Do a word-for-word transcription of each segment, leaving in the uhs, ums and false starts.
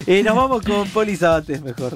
Eh, nos vamos con Poli Sabates mejor.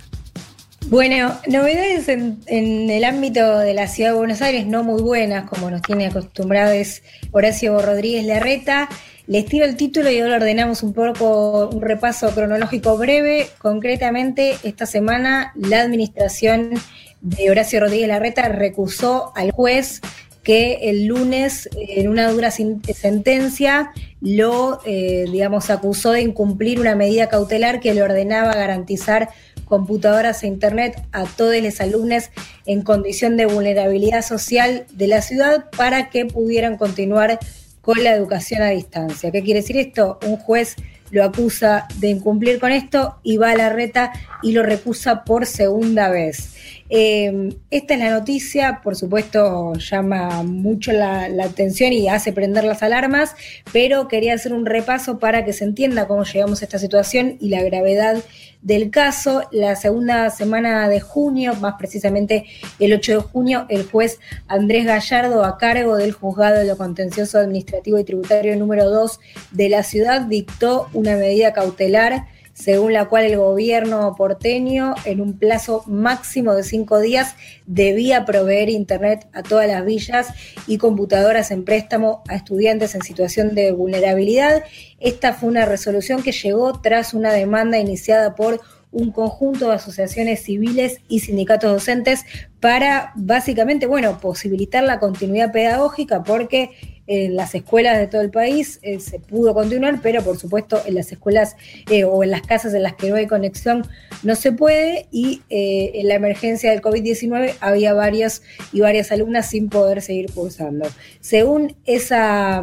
Bueno, novedades en, en el ámbito de la Ciudad de Buenos Aires, no muy buenas, como nos tiene acostumbrados Horacio Rodríguez Larreta. Les tiro el título y ahora ordenamos un poco un repaso cronológico breve. Concretamente, esta semana la administración de Horacio Rodríguez Larreta recusó al juez que el lunes, en una dura sentencia, lo, eh, digamos, acusó de incumplir una medida cautelar que le ordenaba garantizar computadoras e internet a todos los alumnos en condición de vulnerabilidad social de la ciudad para que pudieran continuar con la educación a distancia. ¿Qué quiere decir esto? Un juez lo acusa de incumplir con esto y va a Larreta y lo recusa por segunda vez. Eh, esta es la noticia, por supuesto llama mucho la, la atención y hace prender las alarmas, pero quería hacer un repaso para que se entienda cómo llegamos a esta situación y la gravedad del caso. La segunda semana de junio, más precisamente el ocho de junio, el juez Andrés Gallardo, a cargo del Juzgado de lo Contencioso Administrativo y Tributario número dos de la ciudad, dictó una medida cautelar según la cual el gobierno porteño, en un plazo máximo de cinco días, debía proveer internet a todas las villas y computadoras en préstamo a estudiantes en situación de vulnerabilidad. Esta fue una resolución que llegó tras una demanda iniciada por un conjunto de asociaciones civiles y sindicatos docentes para, básicamente, bueno, posibilitar la continuidad pedagógica, porque en las escuelas de todo el país eh, se pudo continuar, pero por supuesto en las escuelas eh, o en las casas en las que no hay conexión no se puede, y eh, en la emergencia del covid diecinueve había varios y varias alumnas sin poder seguir cursando. Según esa,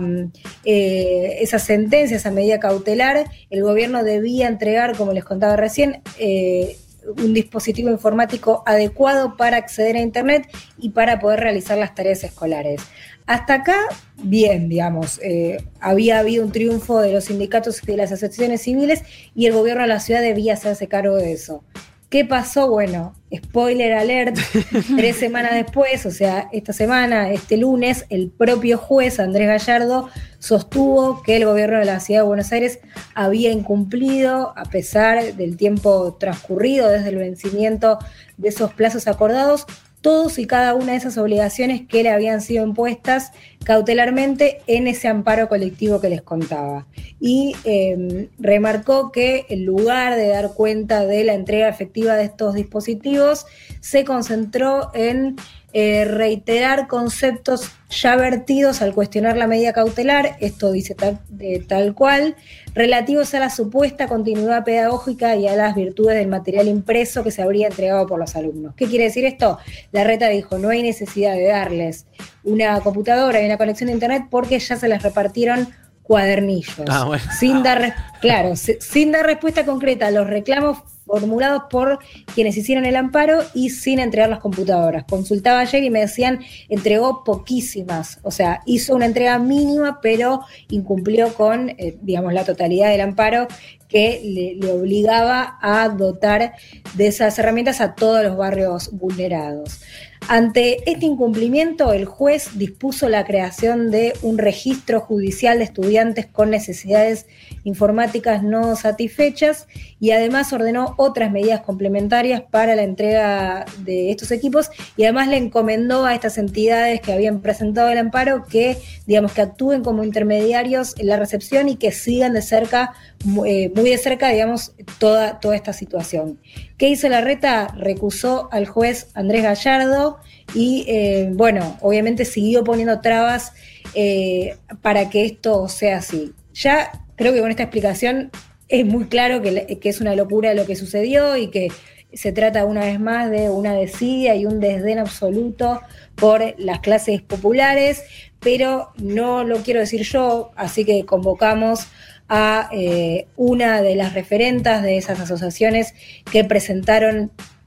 eh, esa sentencia, esa medida cautelar, el gobierno debía entregar, como les contaba recién, eh, un dispositivo informático adecuado para acceder a internet y para poder realizar las tareas escolares. Hasta acá, bien, digamos, eh, había habido un triunfo de los sindicatos y de las asociaciones civiles y el gobierno de la ciudad debía hacerse cargo de eso. ¿Qué pasó? Bueno, spoiler alert, tres semanas después, o sea, esta semana, este lunes, el propio juez Andrés Gallardo sostuvo que el gobierno de la Ciudad de Buenos Aires había incumplido, a pesar del tiempo transcurrido desde el vencimiento de esos plazos acordados, todos y cada una de esas obligaciones que le habían sido impuestas cautelarmente en ese amparo colectivo que les contaba. Y eh, remarcó que en lugar de dar cuenta de la entrega efectiva de estos dispositivos, se concentró en eh, reiterar conceptos ya vertidos al cuestionar la medida cautelar, esto dice tal, de, tal cual, relativos a la supuesta continuidad pedagógica y a las virtudes del material impreso que se habría entregado por los alumnos. ¿Qué quiere decir esto? Larreta dijo, no hay necesidad de darles una computadora y una conexión de internet porque ya se les repartieron cuadernillos. Ah, bueno. Sin dar, claro, sin dar respuesta concreta a los reclamos formulados por quienes hicieron el amparo y sin entregar las computadoras. Consultaba ayer y me decían, entregó poquísimas, o sea, hizo una entrega mínima, pero incumplió con, eh, digamos, la totalidad del amparo que le, le obligaba a dotar de esas herramientas a todos los barrios vulnerados. Ante este incumplimiento, el juez dispuso la creación de un registro judicial de estudiantes con necesidades informáticas no satisfechas y además ordenó otras medidas complementarias para la entrega de estos equipos y además le encomendó a estas entidades que habían presentado el amparo que, digamos, que actúen como intermediarios en la recepción y que sigan de cerca, eh, muy de cerca, digamos, toda, toda esta situación. ¿Qué hizo Larreta? Recusó al juez Andrés Gallardo y, eh, bueno, obviamente siguió poniendo trabas eh, para que esto sea así. Ya creo que con esta explicación es muy claro que, que es una locura lo que sucedió y que se trata una vez más de una desidia y un desdén absoluto por las clases populares, pero no lo quiero decir yo, así que convocamos a eh, una de las referentas de esas asociaciones que presentaron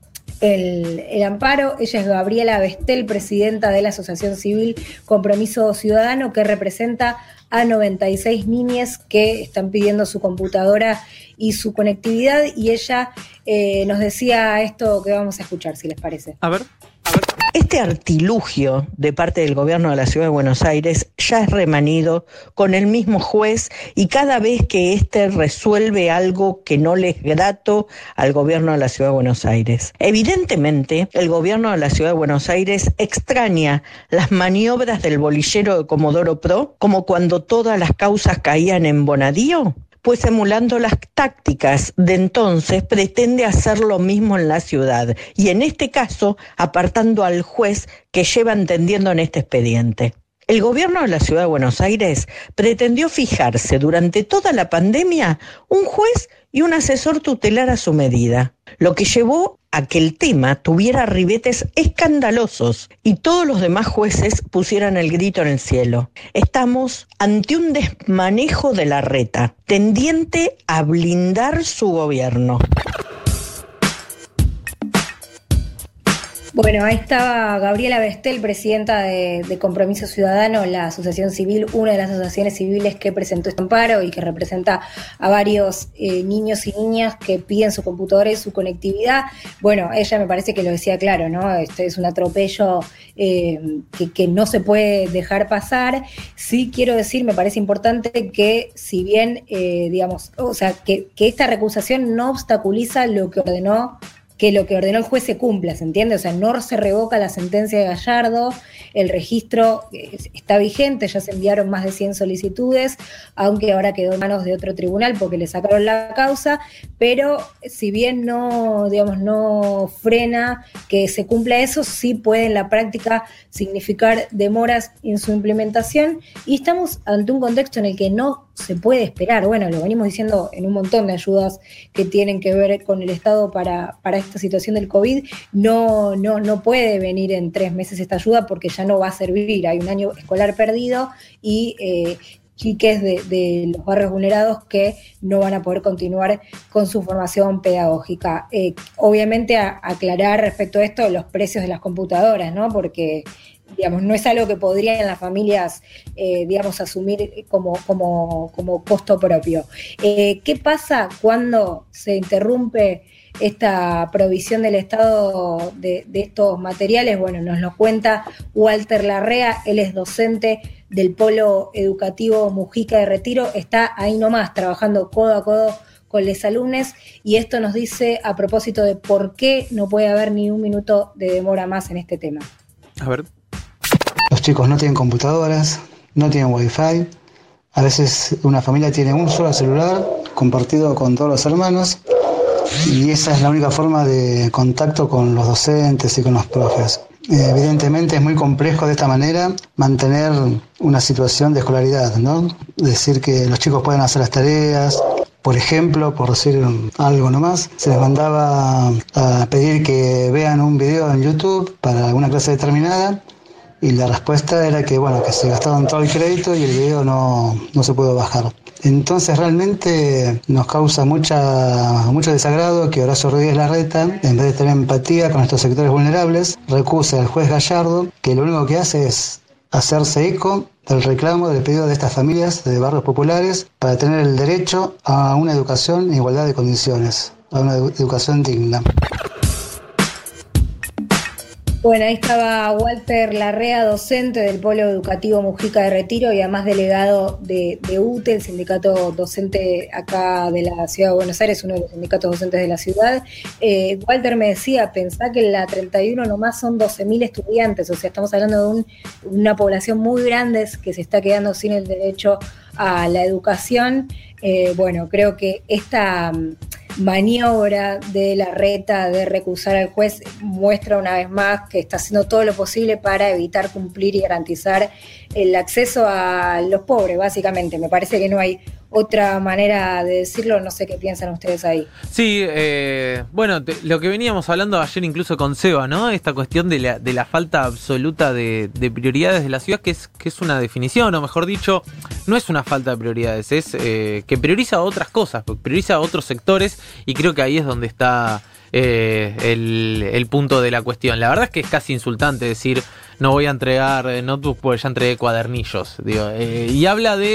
el, el amparo. Ella es Gabriela Bestel, presidenta de la Asociación Civil Compromiso Ciudadano, que representa a noventa y seis niñas que están pidiendo su computadora y su conectividad, y ella eh, nos decía esto que vamos a escuchar, si les parece. A ver, a ver. Este artilugio de parte del gobierno de la Ciudad de Buenos Aires ya es remanido con el mismo juez y cada vez que éste resuelve algo que no le es grato al gobierno de la Ciudad de Buenos Aires. Evidentemente, el gobierno de la Ciudad de Buenos Aires extraña las maniobras del bolillero de Comodoro Pro, como cuando todas las causas caían en Bonadío. Pues emulando las tácticas de entonces pretende hacer lo mismo en la ciudad y en este caso apartando al juez que lleva entendiendo en este expediente. El gobierno de la Ciudad de Buenos Aires pretendió fijarse durante toda la pandemia un juez y un asesor tutelar a su medida, lo que llevó a que el tema tuviera ribetes escandalosos y todos los demás jueces pusieran el grito en el cielo. Estamos ante un desmanejo de Larreta, tendiente a blindar su gobierno. Bueno, ahí estaba Gabriela Bestel, presidenta de, de Compromiso Ciudadano, la asociación civil, una de las asociaciones civiles que presentó este amparo y que representa a varios eh, niños y niñas que piden su computadora y su conectividad. Bueno, ella me parece que lo decía claro, ¿no? Este es un atropello eh, que, que no se puede dejar pasar. Sí quiero decir, me parece importante que si bien, eh, digamos, o sea, que, que esta recusación no obstaculiza lo que ordenó que lo que ordenó el juez se cumpla, ¿se entiende? O sea, no se revoca la sentencia de Gallardo, el registro está vigente, ya se enviaron más de cien solicitudes, aunque ahora quedó en manos de otro tribunal porque le sacaron la causa, pero si bien no, digamos, no frena que se cumpla eso, sí puede en la práctica significar demoras en su implementación y estamos ante un contexto en el que no se puede esperar. Bueno, lo venimos diciendo en un montón de ayudas que tienen que ver con el Estado para, para esta situación del COVID. No, no, no puede venir en tres meses esta ayuda porque ya no va a servir. Hay un año escolar perdido y eh, chiques de, de los barrios vulnerados que no van a poder continuar con su formación pedagógica. Eh, obviamente a, aclarar respecto a esto los precios de las computadoras, ¿no? Porque digamos, no es algo que podrían las familias, eh, digamos, asumir como, como, como costo propio. Eh, ¿Qué pasa cuando se interrumpe esta provisión del Estado de, de estos materiales? Bueno, nos lo cuenta Walter Larrea, él es docente del Polo Educativo Mujica de Retiro, está ahí nomás trabajando codo a codo con los alumnos y esto nos dice a propósito de por qué no puede haber ni un minuto de demora más en este tema. A ver. Los chicos no tienen computadoras, no tienen wifi, a veces una familia tiene un solo celular compartido con todos los hermanos y esa es la única forma de contacto con los docentes y con los profes. Evidentemente es muy complejo de esta manera mantener una situación de escolaridad, ¿no? Decir que los chicos pueden hacer las tareas. Por ejemplo, por decir algo nomás, se les mandaba a pedir que vean un video en YouTube para alguna clase determinada y la respuesta era que, bueno, que se gastaron todo el crédito y el video no, no se pudo bajar. Entonces realmente nos causa mucha, mucho desagrado que Horacio Rodríguez Larreta, en vez de tener empatía con estos sectores vulnerables, recuse al juez Gallardo, que lo único que hace es hacerse eco del reclamo, del pedido de estas familias de barrios populares para tener el derecho a una educación en igualdad de condiciones, a una educación digna. Bueno, ahí estaba Walter Larrea, docente del Polo Educativo Mujica de Retiro y además delegado de, de U T E, el sindicato docente acá de la Ciudad de Buenos Aires, uno de los sindicatos docentes de la ciudad. Eh, Walter me decía, pensá que en la treinta y uno nomás son doce mil estudiantes, o sea, estamos hablando de un, una población muy grande que se está quedando sin el derecho a la educación. Eh, bueno, creo que esta maniobra de Larreta de recusar al juez muestra una vez más que está haciendo todo lo posible para evitar cumplir y garantizar el acceso a los pobres, básicamente. Me parece que no hay otra manera de decirlo, no sé qué piensan ustedes ahí. Sí, eh, bueno, te, lo que veníamos hablando ayer incluso con Seba, ¿no? Esta cuestión de la, de la falta absoluta de, de prioridades de la ciudad, que es, que es una definición, o mejor dicho, no es una falta de prioridades, es eh, que prioriza otras cosas, prioriza otros sectores, y creo que ahí es donde está eh, el, el punto de la cuestión. La verdad es que es casi insultante decir, no voy a entregar notebooks porque ya entregué cuadernillos, digo, eh, y habla de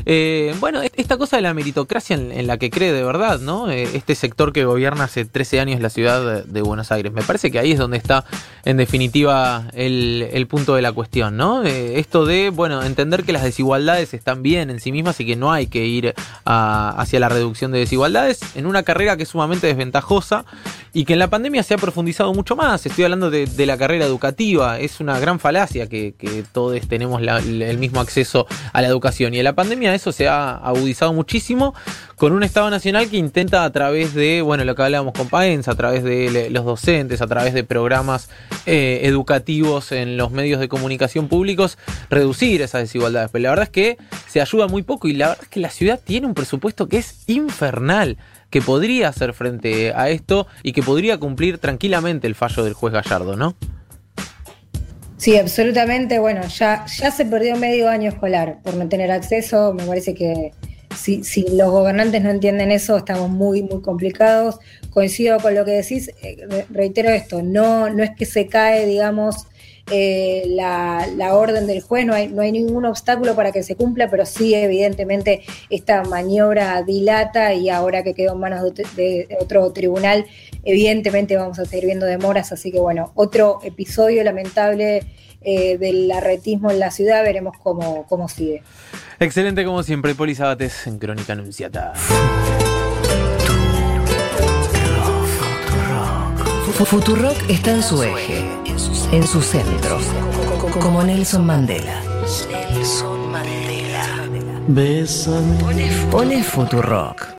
Eh, bueno, esta cosa de la meritocracia en, en la que cree de verdad, ¿no? Eh, este sector que gobierna hace trece años la ciudad de, de Buenos Aires. Me parece que ahí es donde está, en definitiva, el, el punto de la cuestión, ¿no? Eh, esto de, bueno, entender que las desigualdades están bien en sí mismas y que no hay que ir a, hacia la reducción de desigualdades en una carrera que es sumamente desventajosa y que en la pandemia se ha profundizado mucho más. Estoy hablando de, de la carrera educativa. Es una gran falacia que, que todos tenemos la, el mismo acceso a la educación. Y en la pandemia eso se ha agudizado muchísimo con un Estado Nacional que intenta a través de, bueno, lo que hablábamos con Paenza, a través de los docentes, a través de programas eh, educativos en los medios de comunicación públicos, reducir esas desigualdades. Pero la verdad es que se ayuda muy poco y la verdad es que la ciudad tiene un presupuesto que es infernal, que podría hacer frente a esto y que podría cumplir tranquilamente el fallo del juez Gallardo, ¿no? Sí, absolutamente. Bueno, ya, ya se perdió medio año escolar por no tener acceso. Me parece que si, si los gobernantes no entienden eso, estamos muy, muy complicados. Coincido con lo que decís, eh, reitero esto, no, no es que se cae, digamos, eh, la, la orden del juez, no hay, no hay ningún obstáculo para que se cumpla, pero sí, evidentemente, esta maniobra dilata y ahora que quedó en manos de, de otro tribunal, evidentemente vamos a seguir viendo demoras, así que bueno, otro episodio lamentable eh, del arretismo en la ciudad, veremos cómo, cómo sigue. Excelente como siempre, Poli Sabates en Crónica Anunciata. Futurock está en su eje, en su centro, como Nelson Mandela. Nelson Mandela. Pone Futurock.